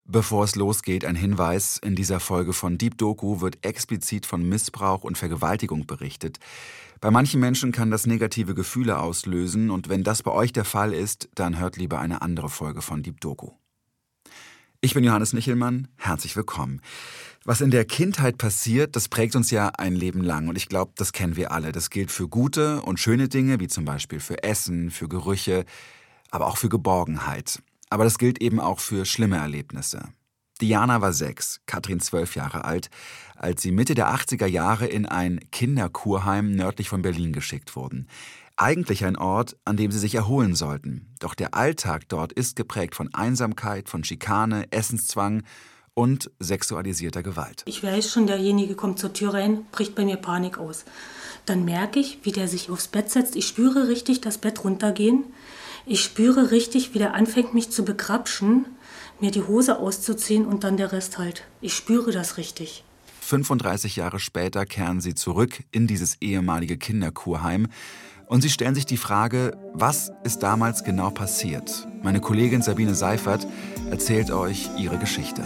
Bevor es losgeht, ein Hinweis: In dieser Folge von Deep Doku wird explizit von Missbrauch und Vergewaltigung berichtet. Bei manchen Menschen kann das negative Gefühle auslösen, und wenn das bei euch der Fall ist, dann hört lieber eine andere Folge von Deep Doku. Ich bin Johannes Nichelmann, herzlich willkommen. Was in der Kindheit passiert, das prägt uns ja ein Leben lang, und ich glaube, das kennen wir alle. Das gilt für gute und schöne Dinge, wie zum Beispiel für Essen, für Gerüche, aber auch für Geborgenheit. Aber das gilt eben auch für schlimme Erlebnisse. Diana war 6, Katrin 12 Jahre alt, als sie Mitte der 80er Jahre in ein Kinderkurheim nördlich von Berlin geschickt wurden. Eigentlich ein Ort, an dem sie sich erholen sollten. Doch der Alltag dort ist geprägt von Einsamkeit, von Schikane, Essenszwang und sexualisierter Gewalt. Ich weiß schon, derjenige kommt zur Tür rein, bricht bei mir Panik aus. Dann merke ich, wie der sich aufs Bett setzt. Ich spüre richtig das Bett runtergehen. Ich spüre richtig, wie der anfängt, mich zu begrapschen, mir die Hose auszuziehen und dann der Rest halt. Ich spüre das richtig. 35 Jahre später kehren sie zurück in dieses ehemalige Kinderkurheim. Und sie stellen sich die Frage, was ist damals genau passiert? Meine Kollegin Sabine Seifert erzählt euch ihre Geschichte.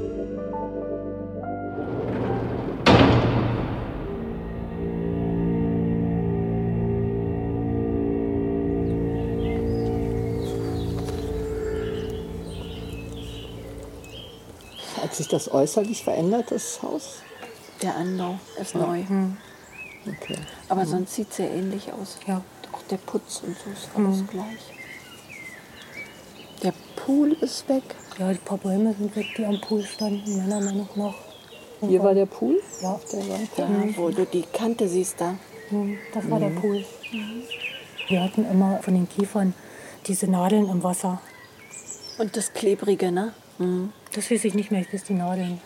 Hat sich das äußerlich verändert, das Haus? Der Anbau ist neu. Okay. Aber sonst sieht es sehr ähnlich aus. Ja. Auch der Putz und so ist alles gleich. Der Pool ist weg. Ja, die paar Bäume sind weg, die am Pool standen, meiner Meinung nach. Hier war der Pool? Ja. Auf der Seite? Ja, wo du die Kante siehst da. Das war der Pool. Wir hatten immer von den Kiefern diese Nadeln im Wasser. Und das Klebrige, ne? Das weiß ich nicht mehr, ich weiß die Nadeln.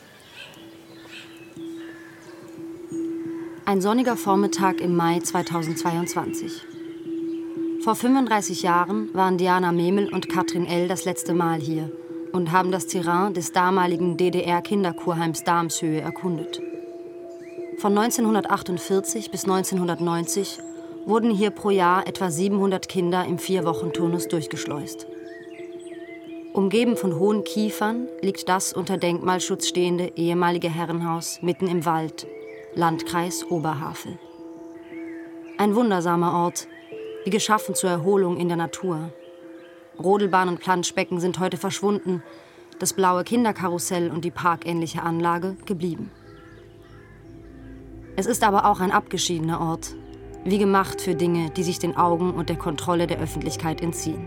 Ein sonniger Vormittag im Mai 2022. Vor 35 Jahren waren Diana Memel und Katrin L. das letzte Mal hier und haben das Terrain des damaligen DDR-Kinderkurheims Darmshöhe erkundet. Von 1948 bis 1990 wurden hier pro Jahr etwa 700 Kinder im 4-Wochen-Turnus durchgeschleust. Umgeben von hohen Kiefern liegt das unter Denkmalschutz stehende ehemalige Herrenhaus mitten im Wald, Landkreis Oberhavel. Ein wundersamer Ort, wie geschaffen zur Erholung in der Natur. Rodelbahn und Planschbecken sind heute verschwunden, das blaue Kinderkarussell und die parkähnliche Anlage geblieben. Es ist aber auch ein abgeschiedener Ort, wie gemacht für Dinge, die sich den Augen und der Kontrolle der Öffentlichkeit entziehen.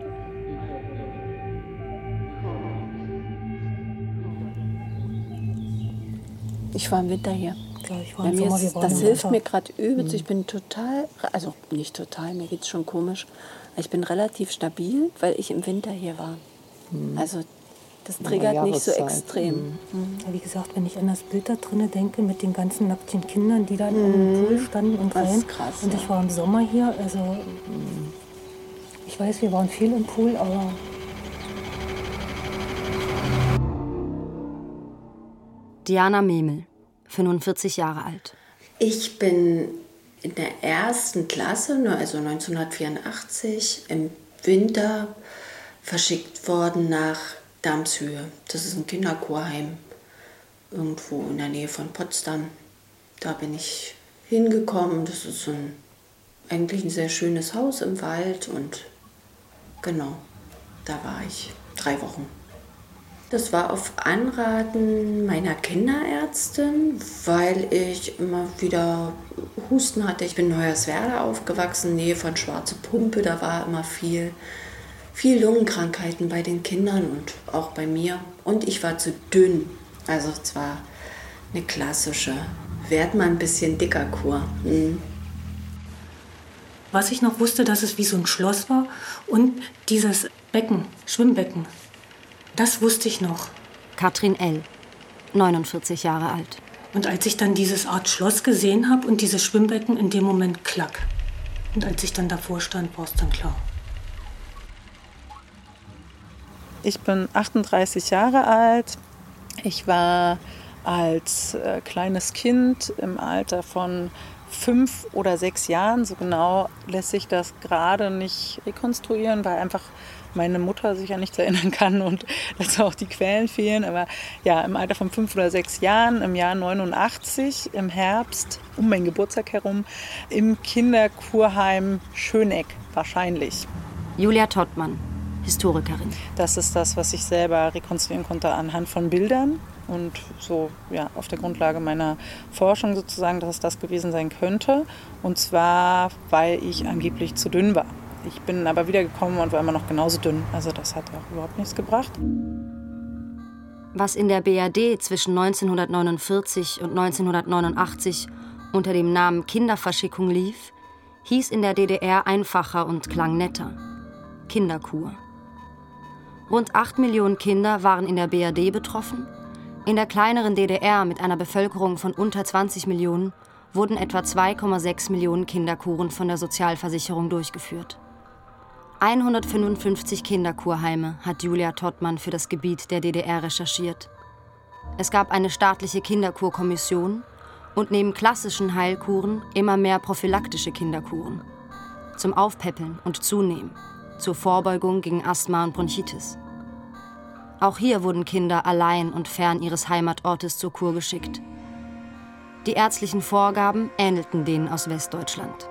Ich war im Winter hier. Ja, ich war Bei im mir Sommer, ist, das hilft mir gerade übelst. Ich bin total, also nicht total, mir geht es schon komisch. Ich bin relativ stabil, weil ich im Winter hier war. Also das triggert nicht so extrem. Wie gesagt, wenn ich an das Bild da drinnen denke, mit den ganzen nackten Kindern, die da im Pool standen und Das rein. ist krass, Und ich war im Sommer hier, also ich weiß, wir waren viel im Pool, aber Diana Memel, 45 Jahre alt. Ich bin in der 1. Klasse, also 1984, im Winter verschickt worden nach Darmshöhe. Das ist ein Kinderkurheim, irgendwo in der Nähe von Potsdam. Da bin ich hingekommen. Das ist eigentlich ein sehr schönes Haus im Wald und genau, da war ich 3 Wochen. Das war auf Anraten meiner Kinderärztin, weil ich immer wieder Husten hatte. Ich bin in Hoyerswerda aufgewachsen, Nähe von Schwarze Pumpe. Da war immer viel Lungenkrankheiten bei den Kindern und auch bei mir. Und ich war zu dünn. Also es war eine klassische, werd mal ein bisschen dicker Kur. was ich noch wusste, dass es wie so ein Schloss war und dieses Becken, Schwimmbecken. Das wusste ich noch. Katrin L., 49 Jahre alt. Und als ich dann dieses Art Schloss gesehen habe und dieses Schwimmbecken, in dem Moment klack. Und als ich dann davor stand, war es dann klar. Ich bin 38 Jahre alt. Ich war als kleines Kind im Alter von 5 oder 6 Jahren. So genau lässt sich das gerade nicht rekonstruieren, weil einfach meine Mutter sich an nichts erinnern kann und dass auch die Quellen fehlen. Aber ja, im Alter von 5 oder 6 Jahren, im Jahr 89, im Herbst, um meinen Geburtstag herum, im Kinderkurheim Schöneck wahrscheinlich. Julia Tottmann, Historikerin. Das ist das, was ich selber rekonstruieren konnte anhand von Bildern. Und so ja, auf der Grundlage meiner Forschung sozusagen, dass es das gewesen sein könnte. Und zwar, weil ich angeblich zu dünn war. Ich bin aber wiedergekommen und war immer noch genauso dünn. Also das hat auch überhaupt nichts gebracht. Was in der BRD zwischen 1949 und 1989 unter dem Namen Kinderverschickung lief, hieß in der DDR einfacher und klang netter: Kinderkur. Rund 8 Millionen Kinder waren in der BRD betroffen. In der kleineren DDR mit einer Bevölkerung von unter 20 Millionen wurden etwa 2,6 Millionen Kinderkuren von der Sozialversicherung durchgeführt. 155 Kinderkurheime hat Julia Tottmann für das Gebiet der DDR recherchiert. Es gab eine staatliche Kinderkurkommission und neben klassischen Heilkuren immer mehr prophylaktische Kinderkuren. Zum Aufpäppeln und Zunehmen, zur Vorbeugung gegen Asthma und Bronchitis. Auch hier wurden Kinder allein und fern ihres Heimatortes zur Kur geschickt. Die ärztlichen Vorgaben ähnelten denen aus Westdeutschland.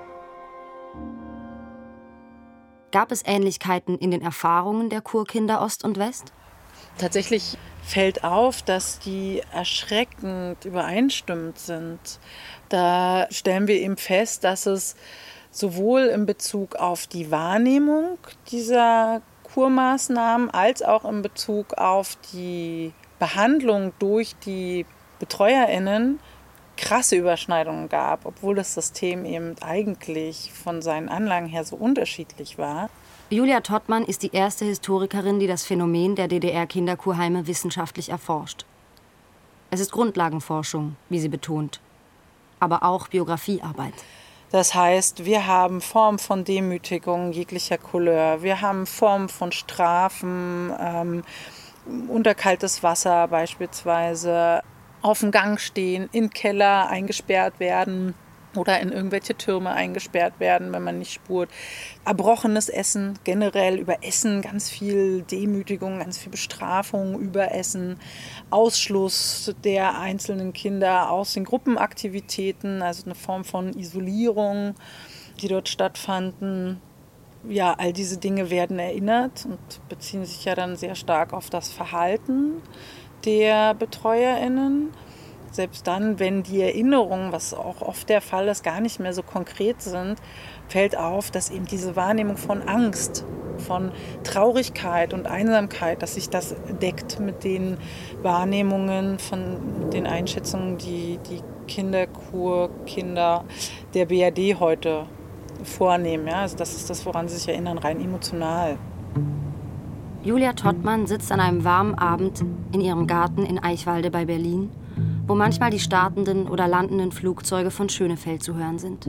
Gab es Ähnlichkeiten in den Erfahrungen der Kurkinder Ost und West? Tatsächlich fällt auf, dass die erschreckend übereinstimmend sind. Da stellen wir eben fest, dass es sowohl in Bezug auf die Wahrnehmung dieser Kurmaßnahmen als auch in Bezug auf die Behandlung durch die BetreuerInnen krasse Überschneidungen gab, obwohl das System eben eigentlich von seinen Anlagen her so unterschiedlich war. Julia Tottmann ist die erste Historikerin, die das Phänomen der DDR-Kinderkurheime wissenschaftlich erforscht. Es ist Grundlagenforschung, wie sie betont, aber auch Biografiearbeit. Das heißt, wir haben Formen von Demütigung jeglicher Couleur, wir haben Formen von Strafen, unter kaltes Wasser beispielsweise, auf dem Gang stehen, in Keller eingesperrt werden oder in irgendwelche Türme eingesperrt werden, wenn man nicht spurt. Erbrochenes Essen, generell über Essen ganz viel Demütigung, ganz viel Bestrafung über Essen, Ausschluss der einzelnen Kinder aus den Gruppenaktivitäten, also eine Form von Isolierung, die dort stattfanden. Ja, all diese Dinge werden erinnert und beziehen sich ja dann sehr stark auf das Verhalten der BetreuerInnen. Selbst dann, wenn die Erinnerungen, was auch oft der Fall ist, gar nicht mehr so konkret sind, fällt auf, dass eben diese Wahrnehmung von Angst, von Traurigkeit und Einsamkeit, dass sich das deckt mit den Wahrnehmungen, von den Einschätzungen, die die Kinderkurkinder der BRD heute vornehmen. Ja? Also das ist das, woran sie sich erinnern, rein emotional. Julia Tottmann sitzt an einem warmen Abend in ihrem Garten in Eichwalde bei Berlin, wo manchmal die startenden oder landenden Flugzeuge von Schönefeld zu hören sind.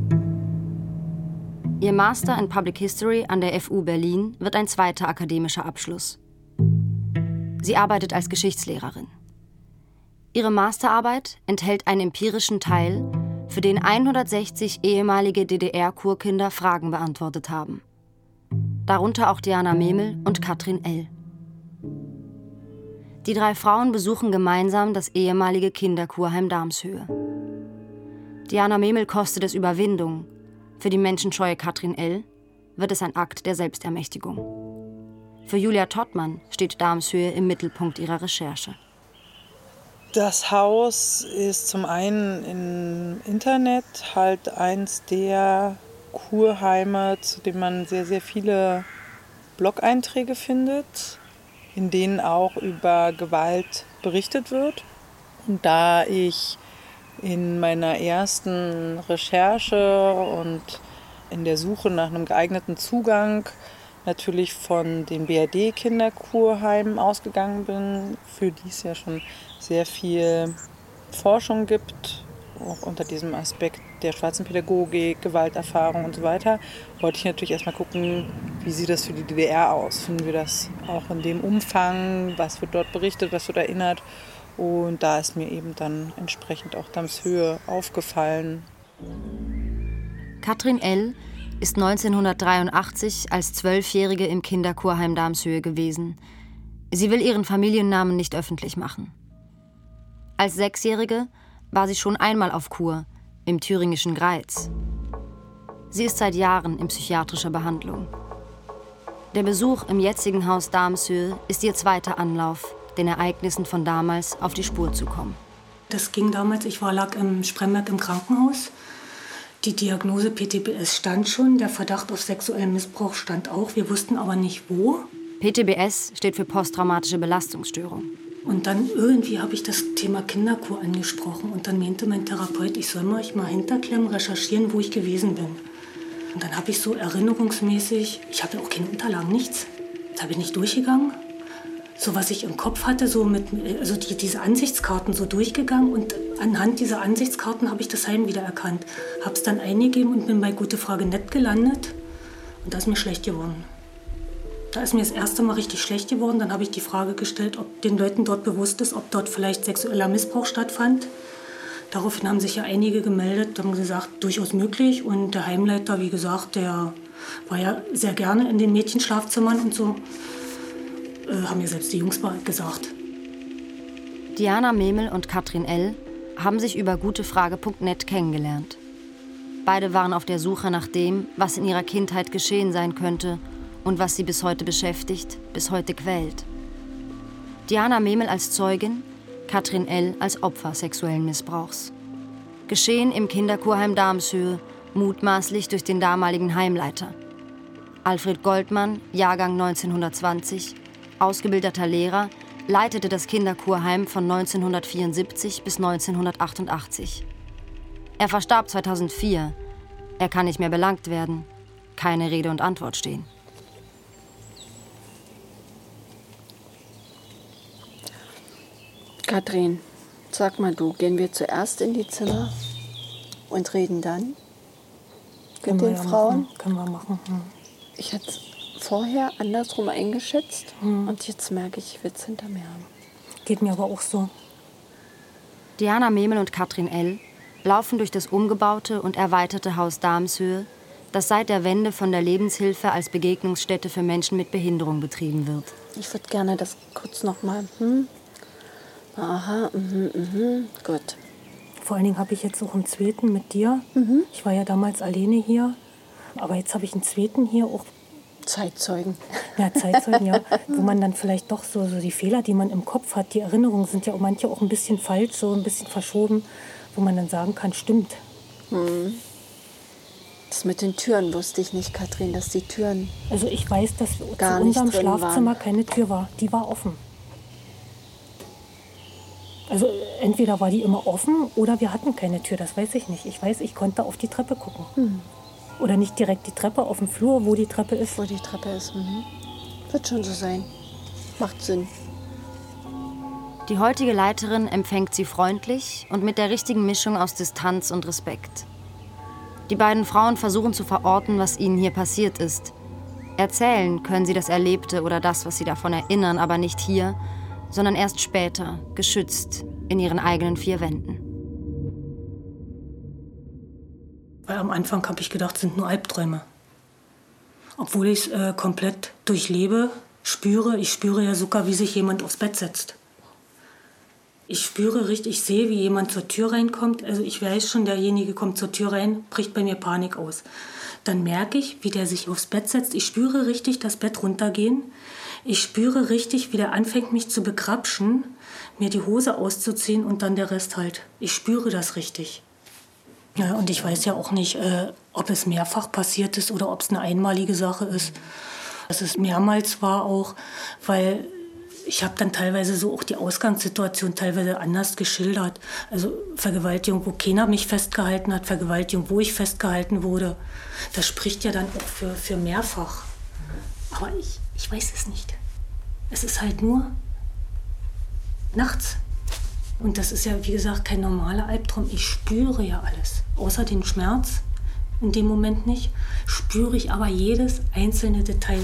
Ihr Master in Public History an der FU Berlin wird ein zweiter akademischer Abschluss. Sie arbeitet als Geschichtslehrerin. Ihre Masterarbeit enthält einen empirischen Teil, für den 160 ehemalige DDR-Kurkinder Fragen beantwortet haben. Darunter auch Diana Memel und Katrin L. Die 3 Frauen besuchen gemeinsam das ehemalige Kinderkurheim Darmshöhe. Diana Memel kostet es Überwindung. Für die menschenscheue Katrin L. wird es ein Akt der Selbstermächtigung. Für Julia Tottmann steht Darmshöhe im Mittelpunkt ihrer Recherche. Das Haus ist zum einen im Internet halt eins der Kurheime, zu dem man sehr, sehr viele Blog-Einträge findet, in denen auch über Gewalt berichtet wird. Und da ich in meiner ersten Recherche und in der Suche nach einem geeigneten Zugang natürlich von den BRD-Kinderkurheimen ausgegangen bin, für die es ja schon sehr viel Forschung gibt, auch unter diesem Aspekt der schwarzen Pädagogik, Gewalterfahrung und so weiter, wollte ich natürlich erstmal gucken, wie sieht das für die DDR aus? Finden wir das auch in dem Umfang? Was wird dort berichtet, was wird erinnert? Und da ist mir eben dann entsprechend auch Darmshöhe aufgefallen. Katrin L. ist 1983 als 12-Jährige im Kinderkurheim Darmshöhe gewesen. Sie will ihren Familiennamen nicht öffentlich machen. Als 6-Jährige war sie schon einmal auf Kur, im thüringischen Greiz. Sie ist seit Jahren in psychiatrischer Behandlung. Der Besuch im jetzigen Haus Darmshöhe ist ihr zweiter Anlauf, den Ereignissen von damals auf die Spur zu kommen. Das ging damals, lag im Spremberg im Krankenhaus. Die Diagnose PTBS stand schon, der Verdacht auf sexuellen Missbrauch stand auch. Wir wussten aber nicht wo. PTBS steht für posttraumatische Belastungsstörung. Und dann irgendwie habe ich das Thema Kinderkur angesprochen. Und dann meinte mein Therapeut, ich soll mal hinterklemmen, recherchieren, wo ich gewesen bin. Und dann habe ich so erinnerungsmäßig, ich habe ja auch keine Unterlagen, nichts. Da bin ich nicht durchgegangen. So was ich im Kopf hatte, diese Ansichtskarten so durchgegangen. Und anhand dieser Ansichtskarten habe ich das Heim wiedererkannt. Habe es dann eingegeben und bin bei GuteFrage.net gelandet. Und da ist mir schlecht geworden. Da ist mir das erste Mal richtig schlecht geworden. Dann habe ich die Frage gestellt, ob den Leuten dort bewusst ist, ob dort vielleicht sexueller Missbrauch stattfand. Daraufhin haben sich ja einige gemeldet, haben gesagt, durchaus möglich. Und der Heimleiter, wie gesagt, der war ja sehr gerne in den Mädchenschlafzimmern und so. Haben mir selbst die Jungs gesagt. Diana Memel und Katrin L. haben sich über GuteFrage.net kennengelernt. Beide waren auf der Suche nach dem, was in ihrer Kindheit geschehen sein könnte und was sie bis heute beschäftigt, bis heute quält. Diana Memel als Zeugin, Katrin L. als Opfer sexuellen Missbrauchs. Geschehen im Kinderkurheim Darmshöhe, mutmaßlich durch den damaligen Heimleiter. Alfred Goldmann, Jahrgang 1920, ausgebildeter Lehrer, leitete das Kinderkurheim von 1974 bis 1988. Er verstarb 2004. Er kann nicht mehr belangt werden. Keine Rede und Antwort stehen. Katrin, sag mal du, gehen wir zuerst in die Zimmer und reden dann mit den Frauen? Können wir machen. Ich hätte es vorher andersrum eingeschätzt und jetzt merke ich will es hinter mir haben. Geht mir aber auch so. Diana Memel und Katrin L. laufen durch das umgebaute und erweiterte Haus Darmshöhe, das seit der Wende von der Lebenshilfe als Begegnungsstätte für Menschen mit Behinderung betrieben wird. Ich würde gerne das kurz noch mal. Aha, gut. Vor allen Dingen habe ich jetzt auch einen zweiten mit dir. Ich war ja damals alleine hier, aber jetzt habe ich einen zweiten hier auch. Zeitzeugen. Ja, Zeitzeugen, ja. Wo man dann vielleicht doch so die Fehler, die man im Kopf hat, die Erinnerungen sind ja auch manche auch ein bisschen falsch, so ein bisschen verschoben, wo man dann sagen kann, stimmt. Das mit den Türen wusste ich nicht, Katrin, dass die Türen. Also ich weiß, dass gar zu unserem nicht drin Schlafzimmer waren. keine Tür war. Die war offen. Also entweder war die immer offen oder wir hatten keine Tür, das weiß ich nicht. Ich weiß, ich konnte auf die Treppe gucken. Oder nicht direkt die Treppe auf dem Flur, wo die Treppe ist. Wo die Treppe ist. Wird schon so sein. Macht Sinn. Die heutige Leiterin empfängt sie freundlich und mit der richtigen Mischung aus Distanz und Respekt. Die beiden Frauen versuchen zu verorten, was ihnen hier passiert ist. Erzählen können sie das Erlebte oder das, was sie davon erinnern, aber nicht hier, sondern erst später, geschützt in ihren eigenen 4 Wänden. Weil am Anfang habe ich gedacht, es sind nur Albträume. Obwohl ich es komplett durchlebe, spüre. Ich spüre ja sogar, wie sich jemand aufs Bett setzt. Ich spüre richtig, ich sehe, wie jemand zur Tür reinkommt. Also ich weiß schon, derjenige kommt zur Tür rein, bricht bei mir Panik aus. Dann merke ich, wie der sich aufs Bett setzt. Ich spüre richtig das Bett runtergehen. Ich spüre richtig, wie der anfängt, mich zu begrapschen, mir die Hose auszuziehen und dann der Rest halt. Ich spüre das richtig. Ja, und ich weiß ja auch nicht, ob es mehrfach passiert ist oder ob es eine einmalige Sache ist. Dass es mehrmals war auch, weil ich habe dann teilweise so auch die Ausgangssituation teilweise anders geschildert. Also Vergewaltigung, wo keiner mich festgehalten hat, Vergewaltigung, wo ich festgehalten wurde. Das spricht ja dann auch für mehrfach. Aber ich weiß es nicht. Es ist halt nur nachts. Und das ist ja, wie gesagt, kein normaler Albtraum. Ich spüre ja alles. Außer den Schmerz in dem Moment nicht, spüre ich aber jedes einzelne Detail.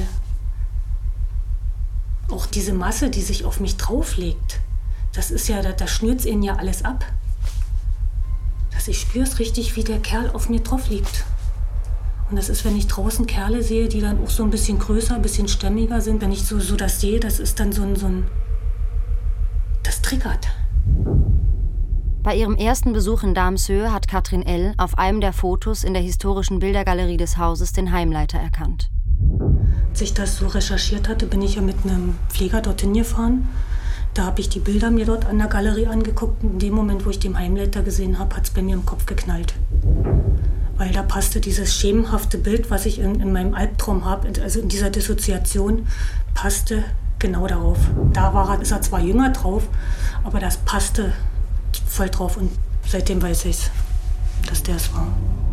Auch diese Masse, die sich auf mich drauflegt, das ist ja, da schnürt es ihnen ja alles ab. dass ich spüre es richtig, wie der Kerl auf mir drauf liegt. Und das ist, wenn ich draußen Kerle sehe, die dann auch so ein bisschen größer, ein bisschen stämmiger sind. Wenn ich so das sehe, das ist dann so ein das triggert. Bei ihrem ersten Besuch in Damshöhe hat Katrin L. auf einem der Fotos in der historischen Bildergalerie des Hauses den Heimleiter erkannt. Als ich das so recherchiert hatte, bin ich ja mit einem Pfleger dorthin gefahren. Da habe ich die Bilder mir dort an der Galerie angeguckt. Und in dem Moment, wo ich den Heimleiter gesehen habe, hat es bei mir im Kopf geknallt. Weil da passte dieses schemenhafte Bild, was ich in meinem Albtraum habe, also in dieser Dissoziation, passte genau darauf. Ist er zwar jünger drauf, aber das passte voll drauf. Und seitdem weiß ich, dass der es war.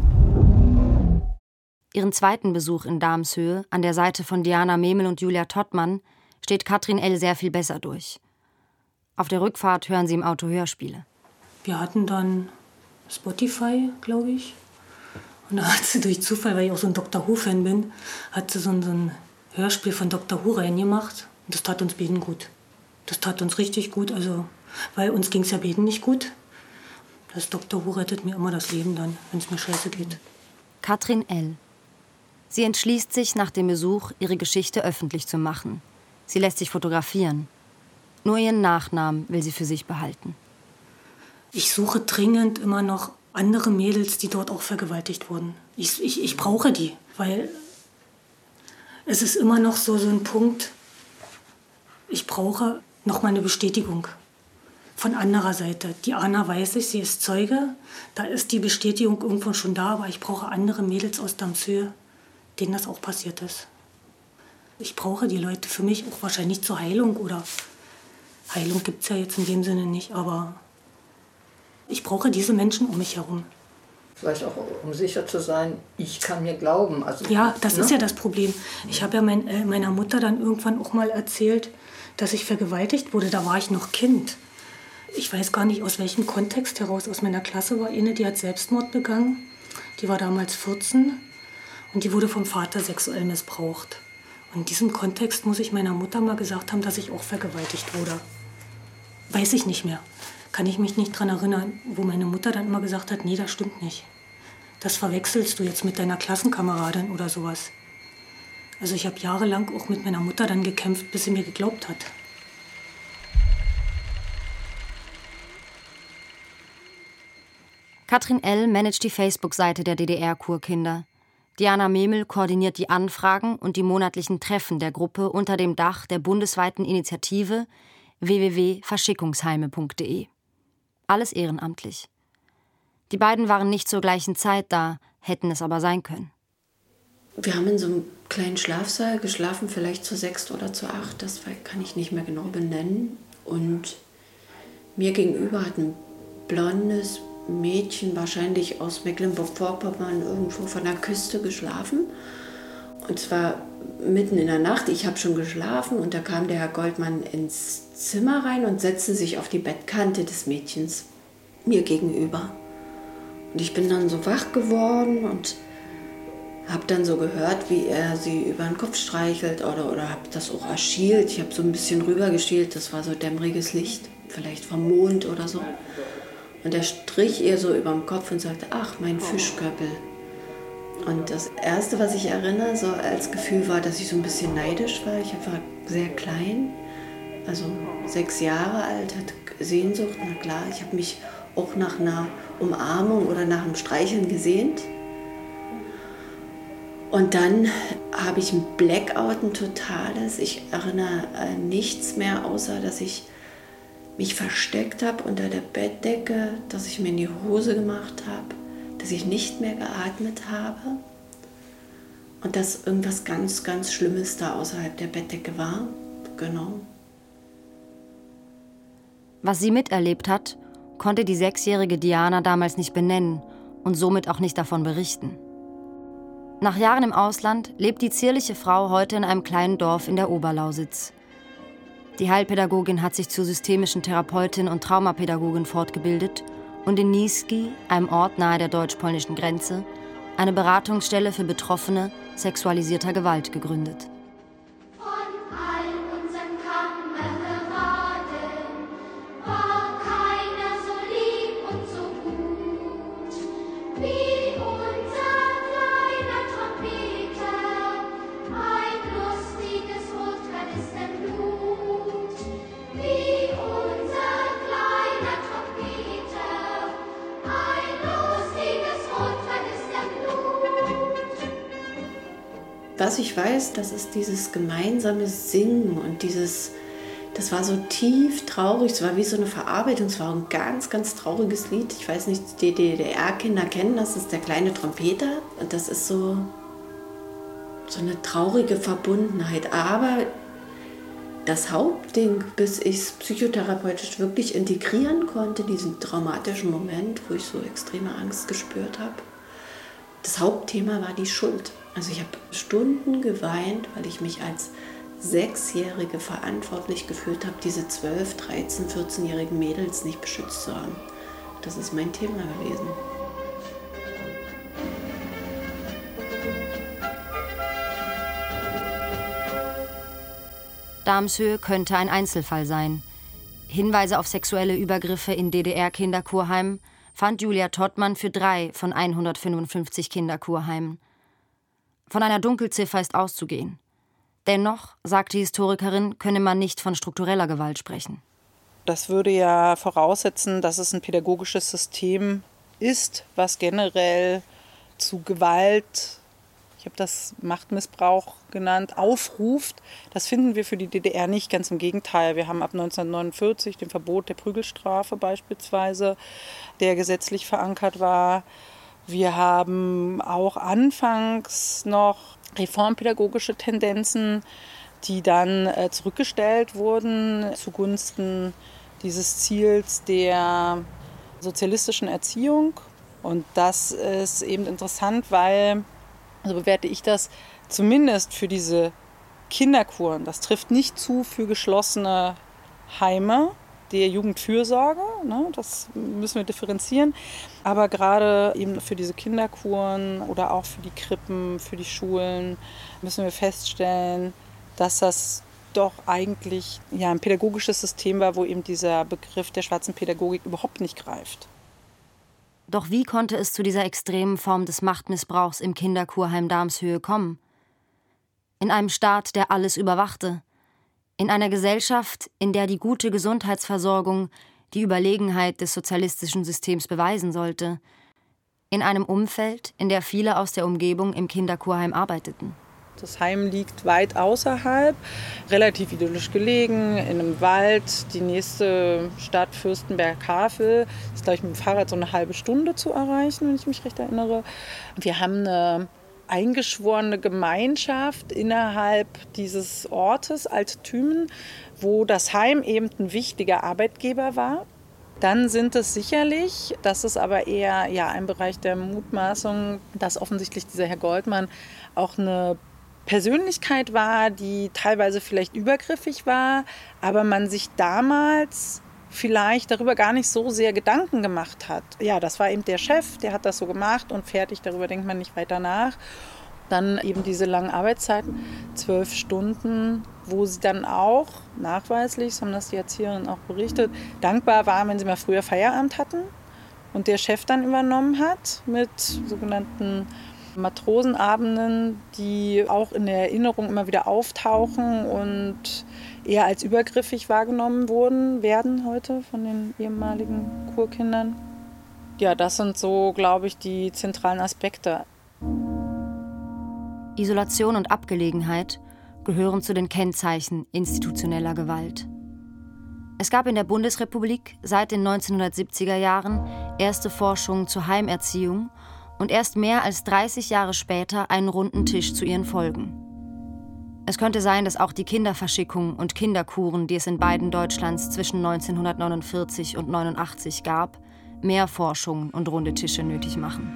Ihren zweiten Besuch in Damshöhe, an der Seite von Diana Memel und Julia Tottmann, steht Katrin L. sehr viel besser durch. Auf der Rückfahrt hören sie im Auto Hörspiele. Wir hatten dann Spotify, glaube ich. Und da hat sie durch Zufall, weil ich auch so ein Dr. Who-Fan bin, hat sie so ein Hörspiel von Dr. Who reingemacht. Und das tat uns beiden gut. Das tat uns richtig gut, also, weil uns ging es ja beiden nicht gut. Das Dr. Who rettet mir immer das Leben dann, wenn es mir scheiße geht. Katrin L. Sie entschließt sich, nach dem Besuch ihre Geschichte öffentlich zu machen. Sie lässt sich fotografieren. Nur ihren Nachnamen will sie für sich behalten. Ich suche dringend immer noch andere Mädels, die dort auch vergewaltigt wurden. Ich brauche die, weil es ist immer noch so ein Punkt, ich brauche noch mal eine Bestätigung von anderer Seite. Die Anna weiß ich, sie ist Zeuge, da ist die Bestätigung irgendwo schon da, aber ich brauche andere Mädels aus Damshöhe, denen das auch passiert ist. Ich brauche die Leute für mich auch wahrscheinlich zur Heilung, oder Heilung gibt es ja jetzt in dem Sinne nicht, aber ich brauche diese Menschen um mich herum. Vielleicht auch, um sicher zu sein, ich kann mir glauben. Also, ja, das ist ja das Problem. Ich habe ja meiner Mutter dann irgendwann auch mal erzählt, dass ich vergewaltigt wurde. Da war ich noch Kind. Ich weiß gar nicht, aus welchem Kontext heraus. Aus meiner Klasse war eine, die hat Selbstmord begangen. Die war damals 14 und die wurde vom Vater sexuell missbraucht. Und in diesem Kontext muss ich meiner Mutter mal gesagt haben, dass ich auch vergewaltigt wurde. Weiß ich nicht mehr. Kann ich mich nicht dran erinnern, wo meine Mutter dann immer gesagt hat, nee, das stimmt nicht. Das verwechselst du jetzt mit deiner Klassenkameradin oder sowas. Also ich habe jahrelang auch mit meiner Mutter dann gekämpft, bis sie mir geglaubt hat. Katrin L. managt die Facebook-Seite der DDR-Kurkinder. Diana Memel koordiniert die Anfragen und die monatlichen Treffen der Gruppe unter dem Dach der bundesweiten Initiative www.verschickungsheime.de. Alles ehrenamtlich. Die beiden waren nicht zur gleichen Zeit da, hätten es aber sein können. Wir haben in so einem kleinen Schlafsaal geschlafen, vielleicht zu 6 oder zu 8, das kann ich nicht mehr genau benennen. Und mir gegenüber hat ein blondes Mädchen, wahrscheinlich aus Mecklenburg-Vorpommern, irgendwo von der Küste geschlafen. Und zwar mitten in der Nacht, ich habe schon geschlafen und da kam der Herr Goldmann ins Zimmer rein und setzte sich auf die Bettkante des Mädchens mir gegenüber. Und ich bin dann so wach geworden und habe dann so gehört, wie er sie über den Kopf streichelt oder habe das auch erschielt. Ich habe so ein bisschen rübergeschielt, das war so dämmeriges Licht, vielleicht vom Mond oder so. Und er strich ihr so über den Kopf und sagte, ach, mein Fischköppel. Und das Erste, was ich erinnere, so als Gefühl war, dass ich so ein bisschen neidisch war. Ich war sehr klein, also 6 Jahre alt, hatte Sehnsucht. Na klar, ich habe mich auch nach einer Umarmung oder nach einem Streicheln gesehnt. Und dann habe ich ein Blackout, ein totales. Ich erinnere an nichts mehr, außer dass ich mich versteckt habe unter der Bettdecke, dass ich mir in die Hose gemacht habe, dass ich nicht mehr geatmet habe und dass irgendwas ganz, ganz Schlimmes da außerhalb der Bettdecke war. Genau. Was sie miterlebt hat, konnte die 6-jährige Diana damals nicht benennen und somit auch nicht davon berichten. Nach Jahren im Ausland lebt die zierliche Frau heute in einem kleinen Dorf in der Oberlausitz. Die Heilpädagogin hat sich zur systemischen Therapeutin und Traumapädagogin fortgebildet und in Niski, einem Ort nahe der deutsch-polnischen Grenze, eine Beratungsstelle für Betroffene sexualisierter Gewalt gegründet. was ich weiß, das ist dieses gemeinsame Singen und das war so tief traurig, es war wie so eine Verarbeitung, es war ein ganz, ganz trauriges Lied. Ich weiß nicht, die DDR-Kinder kennen das ist der kleine Trompeter. Und das ist so eine traurige Verbundenheit. Aber das Hauptding, bis ich es psychotherapeutisch wirklich integrieren konnte, diesen traumatischen Moment, wo ich so extreme Angst gespürt habe, das Hauptthema war die Schuld. Also ich habe Stunden geweint, weil ich mich als 6-Jährige verantwortlich gefühlt habe, diese 12-, 13-, 14-jährigen Mädels nicht beschützt zu haben. Das ist mein Thema gewesen. Damshöhe könnte ein Einzelfall sein. Hinweise auf sexuelle Übergriffe in DDR-Kinderkurheimen fand Julia Tottmann für 3 von 155 Kinderkurheimen. Von einer Dunkelziffer ist auszugehen. Dennoch, sagt die Historikerin, könne man nicht von struktureller Gewalt sprechen. Das würde ja voraussetzen, dass es ein pädagogisches System ist, was generell zu Gewalt, ich habe das Machtmissbrauch genannt, aufruft. Das finden wir für die DDR nicht, ganz im Gegenteil. Wir haben ab 1949 den Verbot der Prügelstrafe beispielsweise, der gesetzlich verankert war. Wir haben auch anfangs noch reformpädagogische Tendenzen, die dann zurückgestellt wurden zugunsten dieses Ziels der sozialistischen Erziehung. Und das ist eben interessant, weil, so bewerte ich das, zumindest für diese Kinderkuren, das trifft nicht zu für geschlossene Heime der Jugendfürsorge, ne, das müssen wir differenzieren, aber gerade eben für diese Kinderkuren oder auch für die Krippen, für die Schulen müssen wir feststellen, dass das doch eigentlich ja, ein pädagogisches System war, wo eben dieser Begriff der schwarzen Pädagogik überhaupt nicht greift. Doch wie konnte es zu dieser extremen Form des Machtmissbrauchs im Kinderkurheim Damshöhe kommen? In einem Staat, der alles überwachte. In einer Gesellschaft, in der die gute Gesundheitsversorgung die Überlegenheit des sozialistischen Systems beweisen sollte. In einem Umfeld, in der viele aus der Umgebung im Kinderkurheim arbeiteten. Das Heim liegt weit außerhalb, relativ idyllisch gelegen, in einem Wald. Die nächste Stadt, Fürstenberg-Havel, ist, glaube ich, mit dem Fahrrad so eine halbe Stunde zu erreichen, wenn ich mich recht erinnere. Wir haben eine eingeschworene Gemeinschaft innerhalb dieses Ortes, Alt-Tümen, wo das Heim eben ein wichtiger Arbeitgeber war. Dann sind es sicherlich, das ist aber eher ja, ein Bereich der Mutmaßung, dass offensichtlich dieser Herr Goldmann auch eine Persönlichkeit war, die teilweise vielleicht übergriffig war, aber man sich damals vielleicht darüber gar nicht so sehr Gedanken gemacht hat. Ja, das war eben der Chef, der hat das so gemacht und fertig, darüber denkt man nicht weiter nach. Dann eben diese langen Arbeitszeiten, 12 Stunden, wo sie dann auch nachweislich, so haben das die Erzieherinnen auch berichtet, dankbar waren, wenn sie mal früher Feierabend hatten und der Chef dann übernommen hat mit sogenannten Matrosenabenden, die auch in der Erinnerung immer wieder auftauchen und eher als übergriffig wahrgenommen werden heute von den ehemaligen Kurkindern. Ja, das sind so, glaube ich, die zentralen Aspekte. Isolation und Abgelegenheit gehören zu den Kennzeichen institutioneller Gewalt. Es gab in der Bundesrepublik seit den 1970er Jahren erste Forschungen zur Heimerziehung und erst mehr als 30 Jahre später einen runden Tisch zu ihren Folgen. Es könnte sein, dass auch die Kinderverschickung und Kinderkuren, die es in beiden Deutschlands zwischen 1949 und 1989 gab, mehr Forschung und runde Tische nötig machen.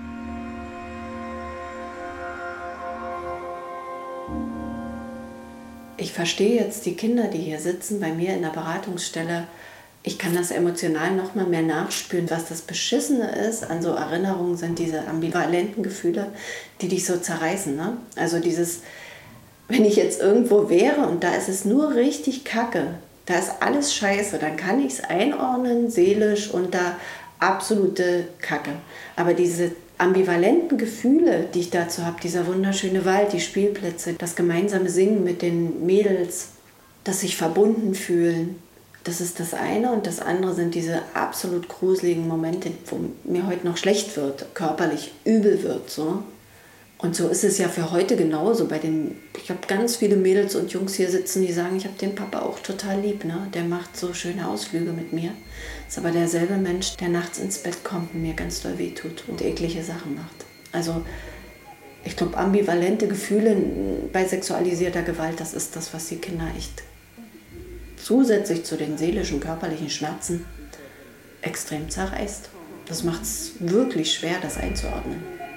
Ich verstehe jetzt die Kinder, die hier sitzen bei mir in der Beratungsstelle. Ich kann das emotional noch mal mehr nachspüren. Was das Beschissene ist an so Erinnerungen, sind diese ambivalenten Gefühle, die dich so zerreißen. Ne? Also dieses, wenn ich jetzt irgendwo wäre und da ist es nur richtig Kacke, da ist alles scheiße, dann kann ich es einordnen, seelisch unter absolute Kacke. Aber diese ambivalenten Gefühle, die ich dazu habe, dieser wunderschöne Wald, die Spielplätze, das gemeinsame Singen mit den Mädels, das sich verbunden fühlen, das ist das eine. Und das andere sind diese absolut gruseligen Momente, wo mir heute noch schlecht wird, körperlich übel wird. So. Und so ist es ja für heute genauso. Ich habe ganz viele Mädels und Jungs hier sitzen, die sagen, ich habe den Papa auch total lieb. Ne? Der macht so schöne Ausflüge mit mir. Ist aber derselbe Mensch, der nachts ins Bett kommt und mir ganz doll wehtut und eklige Sachen macht. Also ich glaube, ambivalente Gefühle bei sexualisierter Gewalt, das ist das, was die Kinder echt zusätzlich zu den seelischen, körperlichen Schmerzen extrem zerreißt. Das macht es wirklich schwer, das einzuordnen.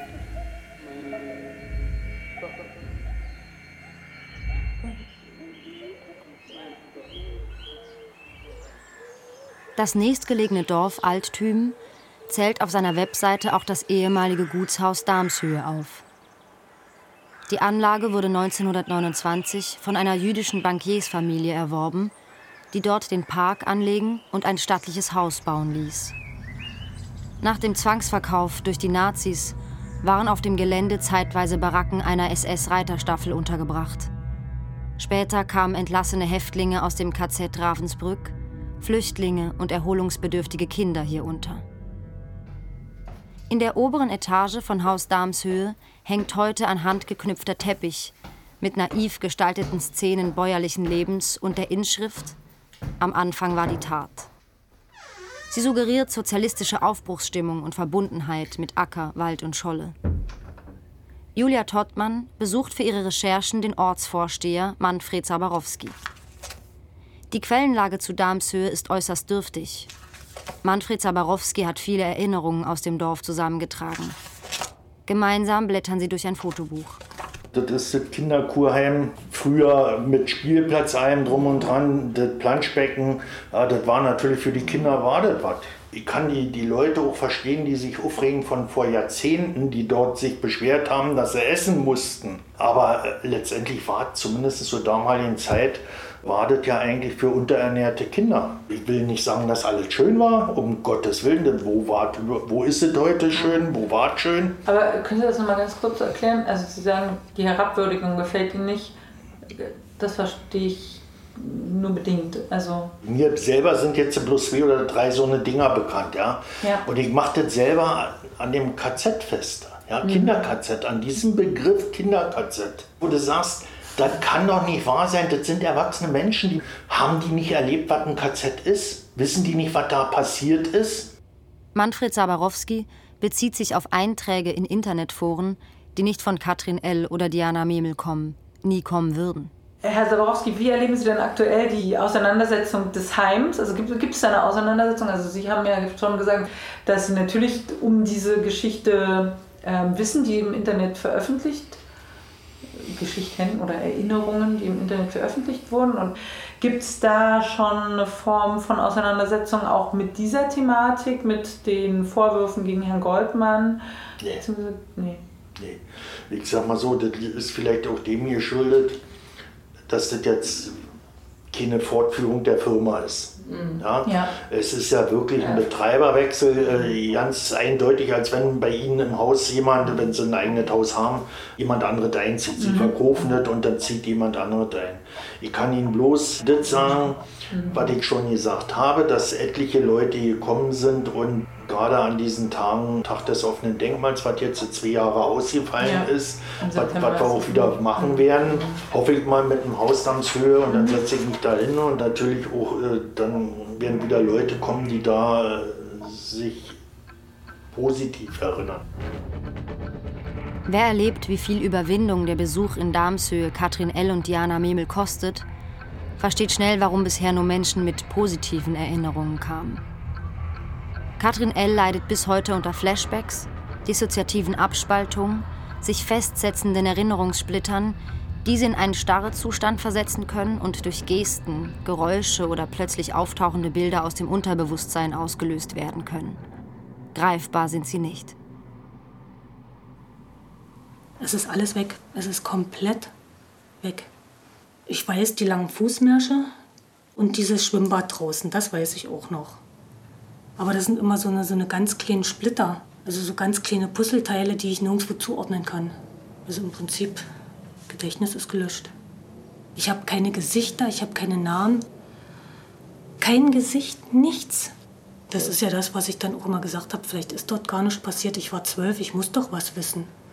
Das nächstgelegene Dorf Alttüm zählt auf seiner Webseite auch das ehemalige Gutshaus Damshöhe auf. Die Anlage wurde 1929 von einer jüdischen Bankiersfamilie erworben, die dort den Park anlegen und ein stattliches Haus bauen ließ. Nach dem Zwangsverkauf durch die Nazis waren auf dem Gelände zeitweise Baracken einer SS-Reiterstaffel untergebracht. Später kamen entlassene Häftlinge aus dem KZ Ravensbrück, Flüchtlinge und erholungsbedürftige Kinder hier unter. In der oberen Etage von Haus Damshöhe hängt heute ein handgeknüpfter Teppich mit naiv gestalteten Szenen bäuerlichen Lebens und der Inschrift: Am Anfang war die Tat. Sie suggeriert sozialistische Aufbruchsstimmung und Verbundenheit mit Acker, Wald und Scholle. Julia Tottmann besucht für ihre Recherchen den Ortsvorsteher Manfred Zabarowski. Die Quellenlage zu Damshöhe ist äußerst dürftig. Manfred Zabarowski hat viele Erinnerungen aus dem Dorf zusammengetragen. Gemeinsam blättern sie durch ein Fotobuch. Das ist das Kinderkurheim, früher mit Spielplatz allem drum und dran, das Planschbecken. Ja, das war natürlich für die Kinder, war das was. Ich kann die Leute auch verstehen, die sich aufregen von vor Jahrzehnten, die dort sich beschwert haben, dass sie essen mussten. Aber letztendlich war zumindest zur damaligen Zeit, war das ja eigentlich für unterernährte Kinder. Ich will nicht sagen, dass alles schön war, um Gottes Willen, denn wo ist es heute schön, wo war es schön? Aber können Sie das nochmal ganz kurz erklären? Also Sie sagen, die Herabwürdigung gefällt Ihnen nicht. Das verstehe ich nur bedingt. Also mir selber sind jetzt bloß 2 oder 3 so eine Dinger bekannt. Ja? Und ich mache das selber an dem KZ fest. Ja? Kinder-KZ, an diesem Begriff Kinder-KZ. Wo du sagst, das kann doch nicht wahr sein, das sind erwachsene Menschen, haben die nicht erlebt, was ein KZ ist? Wissen die nicht, was da passiert ist? Manfred Zabarowski bezieht sich auf Einträge in Internetforen, die nicht von Katrin L. oder Diana Memel nie kommen würden. Herr Zabarowski, wie erleben Sie denn aktuell die Auseinandersetzung des Heims? Also gibt es eine Auseinandersetzung? Also Sie haben ja schon gesagt, dass Sie natürlich um diese Geschichte wissen, die im Internet veröffentlicht Geschichten oder Erinnerungen, die im Internet veröffentlicht wurden. Und gibt es da schon eine Form von Auseinandersetzung auch mit dieser Thematik, mit den Vorwürfen gegen Herrn Goldmann? Nee. Ich sag mal so, das ist vielleicht auch dem geschuldet, dass das jetzt keine Fortführung der Firma ist. Ja? Es ist ja wirklich ein Betreiberwechsel, ganz eindeutig, als wenn bei Ihnen im Haus jemand, wenn Sie ein eigenes Haus haben, jemand anderes einzieht. Sie verkaufen das und dann zieht jemand anderes ein. Ich kann Ihnen bloß das sagen, was ich schon gesagt habe, dass etliche Leute gekommen sind und gerade an diesen Tagen, Tag des offenen Denkmals, was jetzt 2 Jahre ausgefallen ist, was wir auch wieder machen werden, hoffe ich mal mit dem Haus Damshöhe und dann setze ich mich da hin und natürlich auch, dann werden wieder Leute kommen, die da sich positiv erinnern. Wer erlebt, wie viel Überwindung der Besuch in Damshöhe Katrin L. und Diana Memel kostet, versteht schnell, warum bisher nur Menschen mit positiven Erinnerungen kamen. Katrin L. leidet bis heute unter Flashbacks, dissoziativen Abspaltungen, sich festsetzenden Erinnerungssplittern, die sie in einen Starrezustand versetzen können und durch Gesten, Geräusche oder plötzlich auftauchende Bilder aus dem Unterbewusstsein ausgelöst werden können. Greifbar sind sie nicht. Es ist alles weg. Es ist komplett weg. Ich weiß, die langen Fußmärsche und dieses Schwimmbad draußen, das weiß ich auch noch. Aber das sind immer so eine ganz kleinen Splitter, also so ganz kleine Puzzleteile, die ich nirgendwo zuordnen kann. Also im Prinzip, Gedächtnis ist gelöscht. Ich habe keine Gesichter, ich habe keine Namen. Kein Gesicht, nichts. Das ist ja das, was ich dann auch immer gesagt habe. Vielleicht ist dort gar nichts passiert. Ich war 12, ich muss doch was wissen.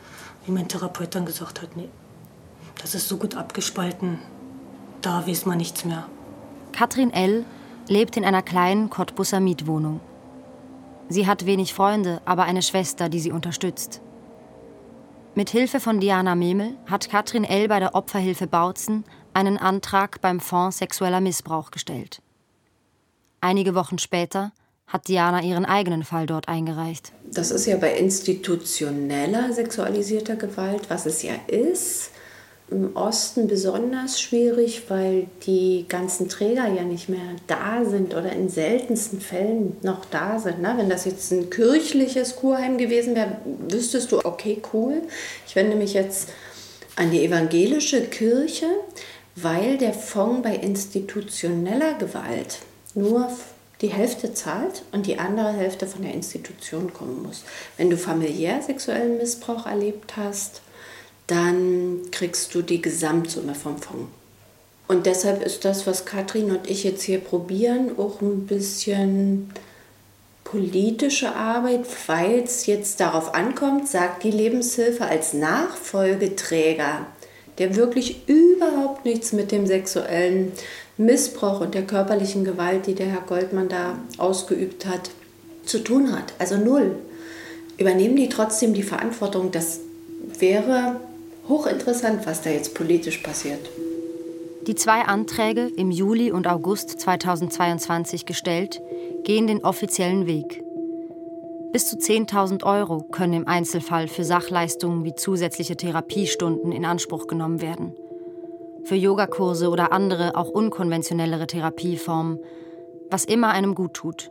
wie mein Therapeut dann gesagt hat, nee, das ist so gut abgespalten, da weiß man nichts mehr. Katrin L. lebt in einer kleinen Cottbuser Mietwohnung. Sie hat wenig Freunde, aber eine Schwester, die sie unterstützt. Mit Hilfe von Diana Memel hat Katrin L. bei der Opferhilfe Bautzen einen Antrag beim Fonds Sexueller Missbrauch gestellt. Einige Wochen später hat Diana ihren eigenen Fall dort eingereicht. Das ist ja bei institutioneller sexualisierter Gewalt, was es ja ist, im Osten besonders schwierig, weil die ganzen Träger ja nicht mehr da sind oder in seltensten Fällen noch da sind. Ne? Wenn das jetzt ein kirchliches Kurheim gewesen wäre, wüsstest du, okay, cool. Ich wende mich jetzt an die evangelische Kirche, weil der Fonds bei institutioneller Gewalt nur die Hälfte zahlt und die andere Hälfte von der Institution kommen muss. Wenn du familiär sexuellen Missbrauch erlebt hast, dann kriegst du die Gesamtsumme vom Fonds. Und deshalb ist das, was Katrin und ich jetzt hier probieren, auch ein bisschen politische Arbeit, weil es jetzt darauf ankommt, sagt die Lebenshilfe als Nachfolgeträger, der wirklich überhaupt nichts mit dem sexuellen Missbrauch und der körperlichen Gewalt, die der Herr Goldmann da ausgeübt hat, zu tun hat. Also null. Übernehmen die trotzdem die Verantwortung? Das wäre hochinteressant, was da jetzt politisch passiert. Die 2 Anträge, im Juli und August 2022 gestellt, gehen den offiziellen Weg. Bis zu 10.000 € können im Einzelfall für Sachleistungen wie zusätzliche Therapiestunden in Anspruch genommen werden. Für Yogakurse oder andere, auch unkonventionellere Therapieformen, was immer einem gut tut.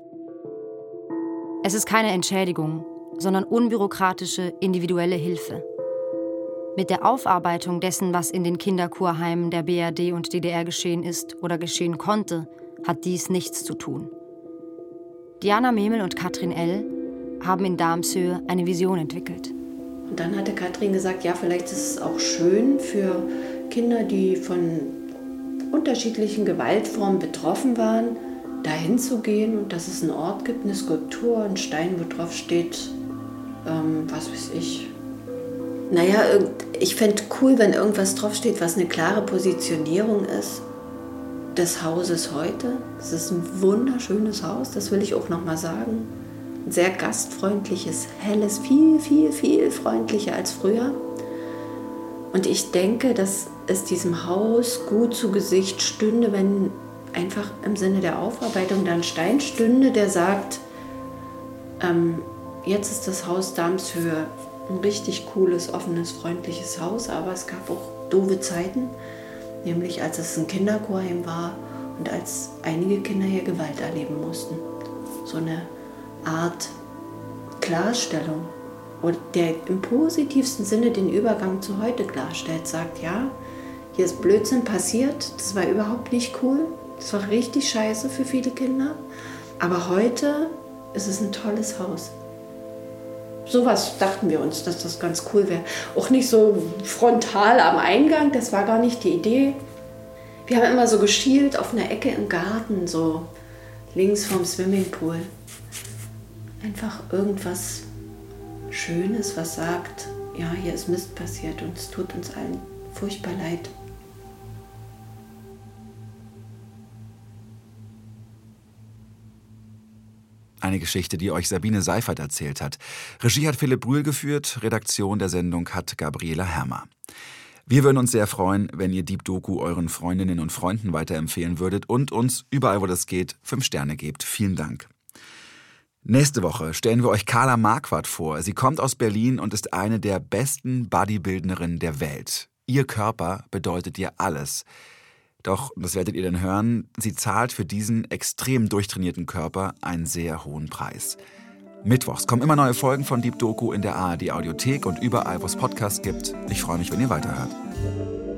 Es ist keine Entschädigung, sondern unbürokratische, individuelle Hilfe. Mit der Aufarbeitung dessen, was in den Kinderkurheimen der BRD und DDR geschehen ist oder geschehen konnte, hat dies nichts zu tun. Diana Memel und Katrin L. haben in Darmshöhe eine Vision entwickelt. Und dann hatte Katrin gesagt, ja, vielleicht ist es auch schön für Kinder, die von unterschiedlichen Gewaltformen betroffen waren, dahin zu gehen und dass es einen Ort gibt, eine Skulptur, ein Stein, wo drauf steht, was weiß ich. Naja, ich fände cool, wenn irgendwas draufsteht, was eine klare Positionierung ist des Hauses heute. Es ist ein wunderschönes Haus, das will ich auch noch mal sagen. Ein sehr gastfreundliches, helles, viel, viel, viel freundlicher als früher. Und ich denke, dass es diesem Haus gut zu Gesicht stünde, wenn einfach im Sinne der Aufarbeitung da ein Stein stünde, der sagt, jetzt ist das Haus Darmshöhe ein richtig cooles, offenes, freundliches Haus, aber es gab auch doofe Zeiten, nämlich als es ein Kinderchorheim war und als einige Kinder hier Gewalt erleben mussten. So eine Art Klarstellung, der im positivsten Sinne den Übergang zu heute klarstellt, sagt, ja, hier ist Blödsinn passiert, das war überhaupt nicht cool, das war richtig scheiße für viele Kinder, aber heute ist es ein tolles Haus. Sowas dachten wir uns, dass das ganz cool wäre. Auch nicht so frontal am Eingang, das war gar nicht die Idee. Wir haben immer so geschielt auf einer Ecke im Garten, so links vom Swimmingpool. Einfach irgendwas Schönes, was sagt, ja, hier ist Mist passiert und es tut uns allen furchtbar leid. Eine Geschichte, die euch Sabine Seifert erzählt hat. Regie hat Philipp Brühl geführt, Redaktion der Sendung hat Gabriela Hermer. Wir würden uns sehr freuen, wenn ihr Deep Doku euren Freundinnen und Freunden weiterempfehlen würdet und uns, überall wo das geht, 5 Sterne gebt. Vielen Dank. Nächste Woche stellen wir euch Carla Marquardt vor. Sie kommt aus Berlin und ist eine der besten Bodybildnerinnen der Welt. Ihr Körper bedeutet ihr alles. Doch, das werdet ihr dann hören, sie zahlt für diesen extrem durchtrainierten Körper einen sehr hohen Preis. Mittwochs kommen immer neue Folgen von Deep Doku in der ARD Audiothek und überall, wo es Podcasts gibt. Ich freue mich, wenn ihr weiterhört.